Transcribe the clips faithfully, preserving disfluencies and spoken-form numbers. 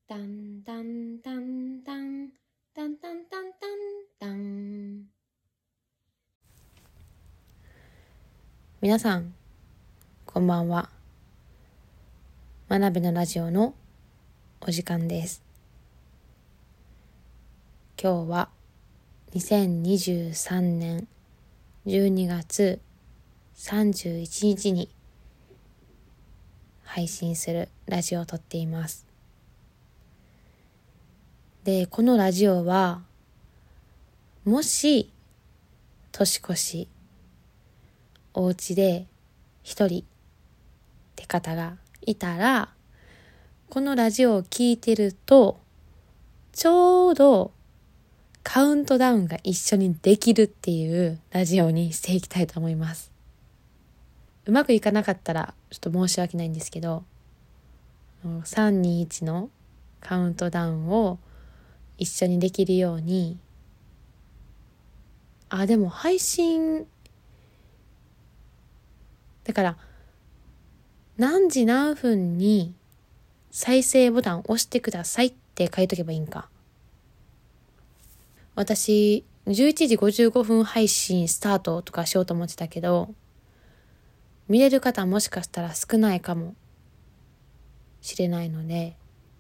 タンタンタンタンタンタンタンタンタン。皆さんこんばんは。真鍋のラジオのお時間です。今日はにせんにじゅうさんねんじゅうにがつさんじゅういちにちに配信するラジオを撮っています。で、このラジオはもし年越しお家で一人って方がいたら、このラジオを聞いてるとちょうどカウントダウンが一緒にできるっていうラジオにしていきたいと思います。うまくいかなかったらちょっと申し訳ないんですけど、さんにいちのカウントダウンを一緒にできるように、あ、でも配信だから何時何分に再生ボタンを押してくださいって書いとけばいいんか。私じゅういちじごじゅうごふん配信スタートとかしようと思ってたけど、見れる方もしかしたら少ないかもしれないので、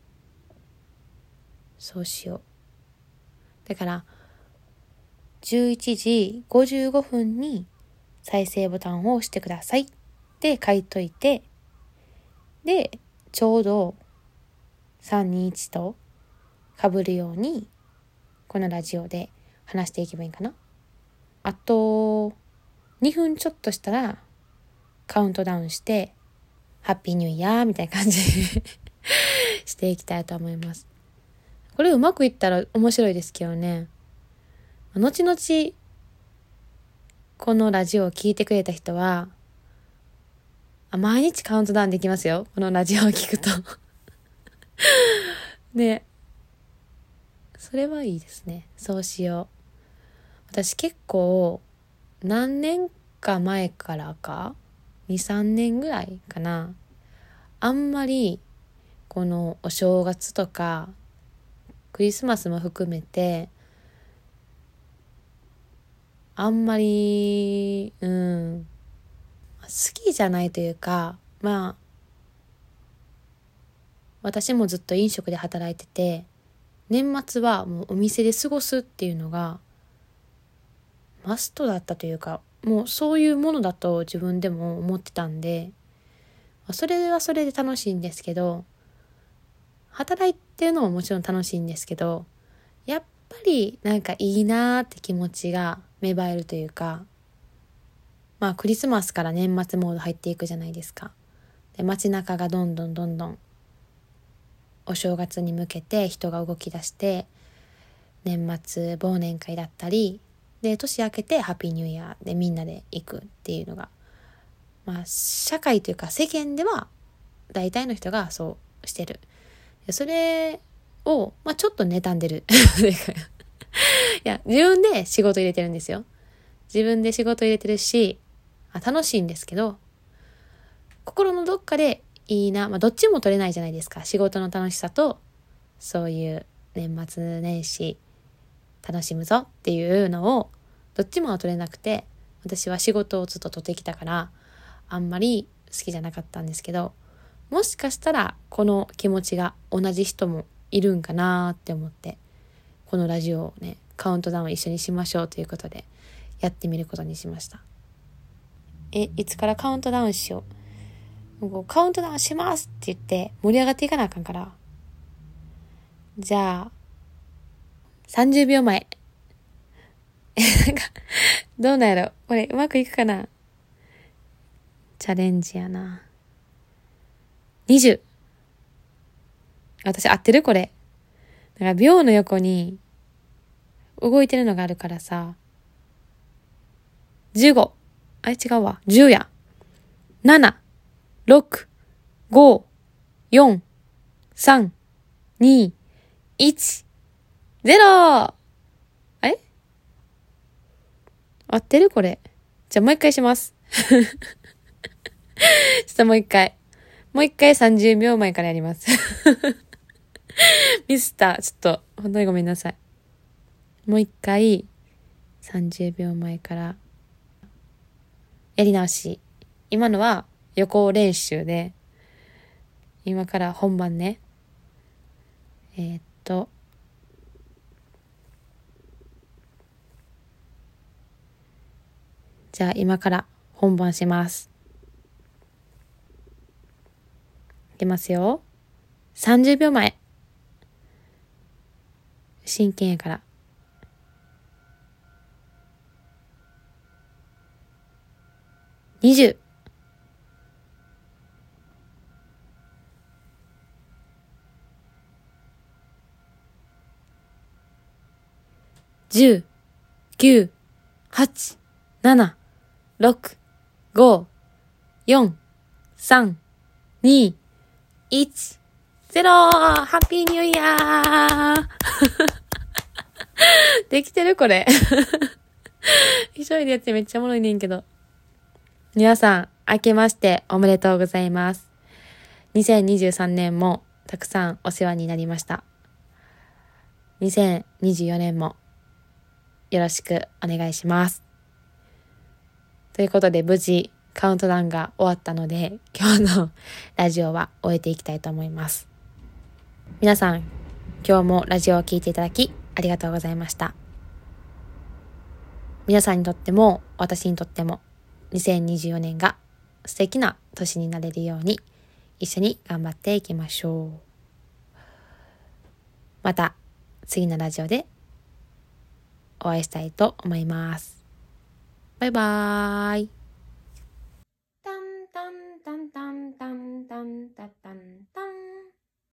そうしよう。だからじゅういちじごじゅうごふんに再生ボタンを押してくださいって書いといて、でちょうどさんにいちと被るようにこのラジオで話していけばいいかな。あとにふんちょっとしたらカウントダウンしてハッピーニューイヤーみたいな感じでしていきたいと思います。これうまくいったら面白いですけどね。後々このラジオを聞いてくれた人は、あ、毎日カウントダウンできますよ、このラジオを聞くとね、それはいいですね。そうしよう。私結構何年か前からかにさんねんぐらいかな、あんまりこのお正月とかクリスマスも含めてあんまりうん好きじゃないというか、まあ私もずっと飲食で働いてて、年末はもうお店で過ごすっていうのがマストだったというか、もうそういうものだと自分でも思ってたんで、それはそれで楽しいんですけど、働いてるのももちろん楽しいんですけど、やっぱりなんかいいなーって気持ちが芽生えるというか、まあクリスマスから年末モード入っていくじゃないですか。で、街中がどんどんどんどんお正月に向けて人が動き出して、年末忘年会だったりで、年明けてハッピーニューイヤーでみんなで行くっていうのが、まあ社会というか世間では大体の人がそうしてる。それを、まあ、ちょっと妬んでるいや、自分で仕事入れてるんですよ。自分で仕事入れてるし、あ、楽しいんですけど、心のどっかでいいな、まあどっちも取れないじゃないですか。仕事の楽しさとそういう年末年始楽しむぞっていうのをどっちもは取れなくて、私は仕事をずっと取ってきたからあんまり好きじゃなかったんですけど、もしかしたらこの気持ちが同じ人もいるんかなって思って、このラジオをね、カウントダウン一緒にしましょうということでやってみることにしました。え、いつからカウントダウンしよう。もうカウントダウンしますって言って盛り上がっていかなあかんから。じゃあさんじゅうびょうまえなんかどうなんやろ、これうまくいくかな。チャレンジやな。にじゅう。私合ってるこれ。だから秒の横に動いてるのがあるからさ。じゅうご。あれ違うわ。じゅうや。なな、ろく、ご、よん、さん、に、いち、ゼロ。あれ合ってるこれ。じゃあもう一回します。ちょっともう一回。もう一回さんじゅうびょうまえからやります。 ミスター、ちょっと、本当にごめんなさい。もう一回、さんじゅうびょうまえから、やり直し。今のは予行練習で、今から本番ね。えー、っと、じゃあ今から本番します。いきますよ。さんじゅうびょうまえ。真剣やから。にじゅう。じゅう、きゅう、はち、なな、ろく、ご、よん、さん、に、いち、ゼロ。ハッピーニューイヤーできてるこれ。一人でやってめっちゃおもろいねんけど。皆さん、明けましておめでとうございます。にせんにじゅうさんねんもたくさんお世話になりました。にせんにじゅうよねんもよろしくお願いします。ということで無事カウントダウンが終わったので、今日のラジオは終えていきたいと思います。皆さん、今日もラジオを聞いていただきありがとうございました。皆さんにとっても私にとってもにせんにじゅうよねんが素敵な年になれるように一緒に頑張っていきましょう。また次のラジオでお会いしたいと思います。バイバーイ。